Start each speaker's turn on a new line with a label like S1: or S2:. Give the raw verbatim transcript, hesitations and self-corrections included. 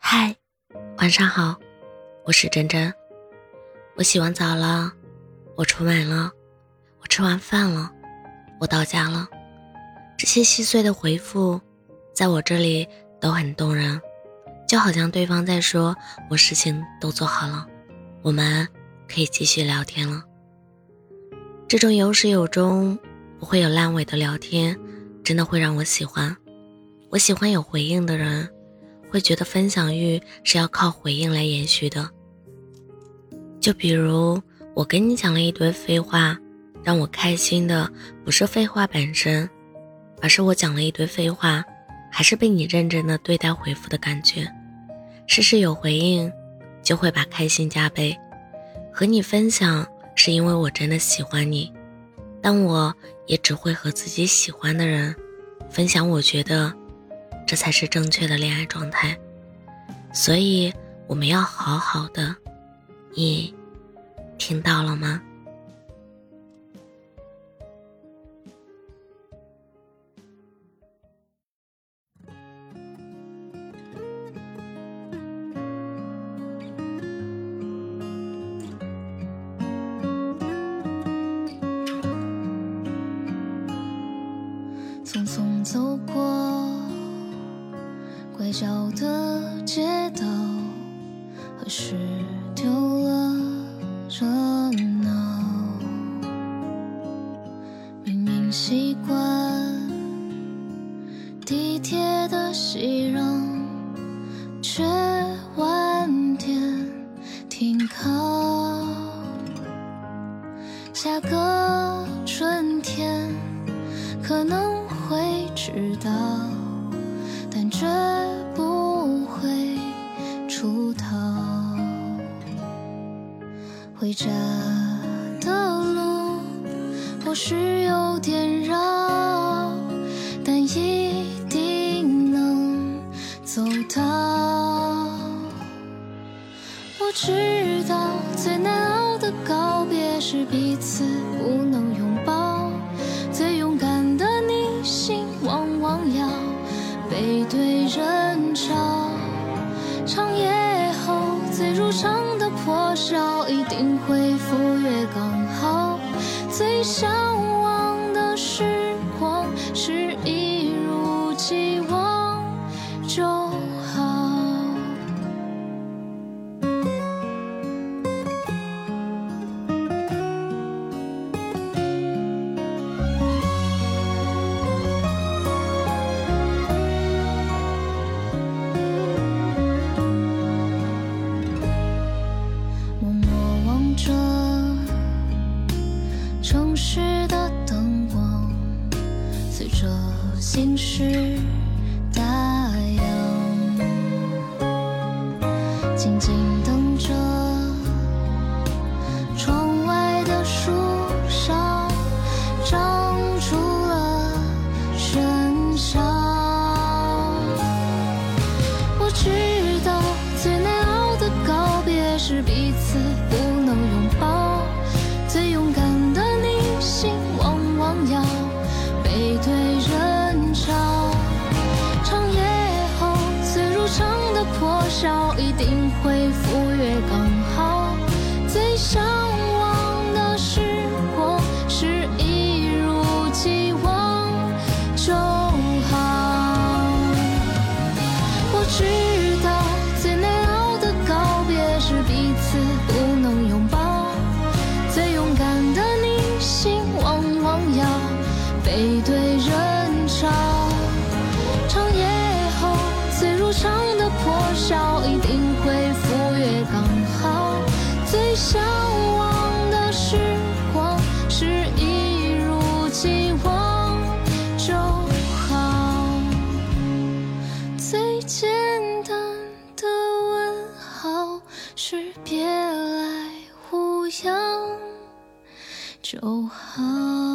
S1: 嗨，晚上好，我是珍珍。我洗完澡了，我出门了，我吃完饭了，我到家了。这些细碎的回复在我这里都很动人，就好像对方在说，我事情都做好了，我们可以继续聊天了。这种有始有终不会有烂尾的聊天真的会让我喜欢。我喜欢有回应的人，会觉得分享欲是要靠回应来延续的。就比如我跟你讲了一堆废话，让我开心的不是废话本身，而是我讲了一堆废话还是被你认真的对待回复的感觉。事事有回应就会把开心加倍。和你分享是因为我真的喜欢你，但我也只会和自己喜欢的人分享，我觉得这才是正确的恋爱状态。所以我们要好好的，你听到了吗？
S2: 匆匆走过拐角的街道，何时丢了热闹？明明习惯地铁的熙攘，却晚点停靠。下个春天可能会知道，但绝不会出逃。回家的路或许有点绕，但一定能走到。我知道最难熬的告别是彼此不能拥抱，最勇敢的你心往往要背对人潮。长夜后最如常的破晓，一定会赴约刚好。最向往的时光是一如既往就好。城市的灯光随着心事打烊，静静等着窗外的树上长出了喧嚣。我知道最难熬的告别是彼此不能拥抱，最勇敢的你心往往要背对人潮。长夜后最如常的破晓，一定会赴约刚好。最向往的时光是一如既往就好。我知道最难熬的告别是彼此不能拥抱，最勇敢的你心往往要背对人潮。长夜后最如常的破晓，一定会赴约刚好。最向往的时光是一如既往就好。最简单的问好是别来无恙就好。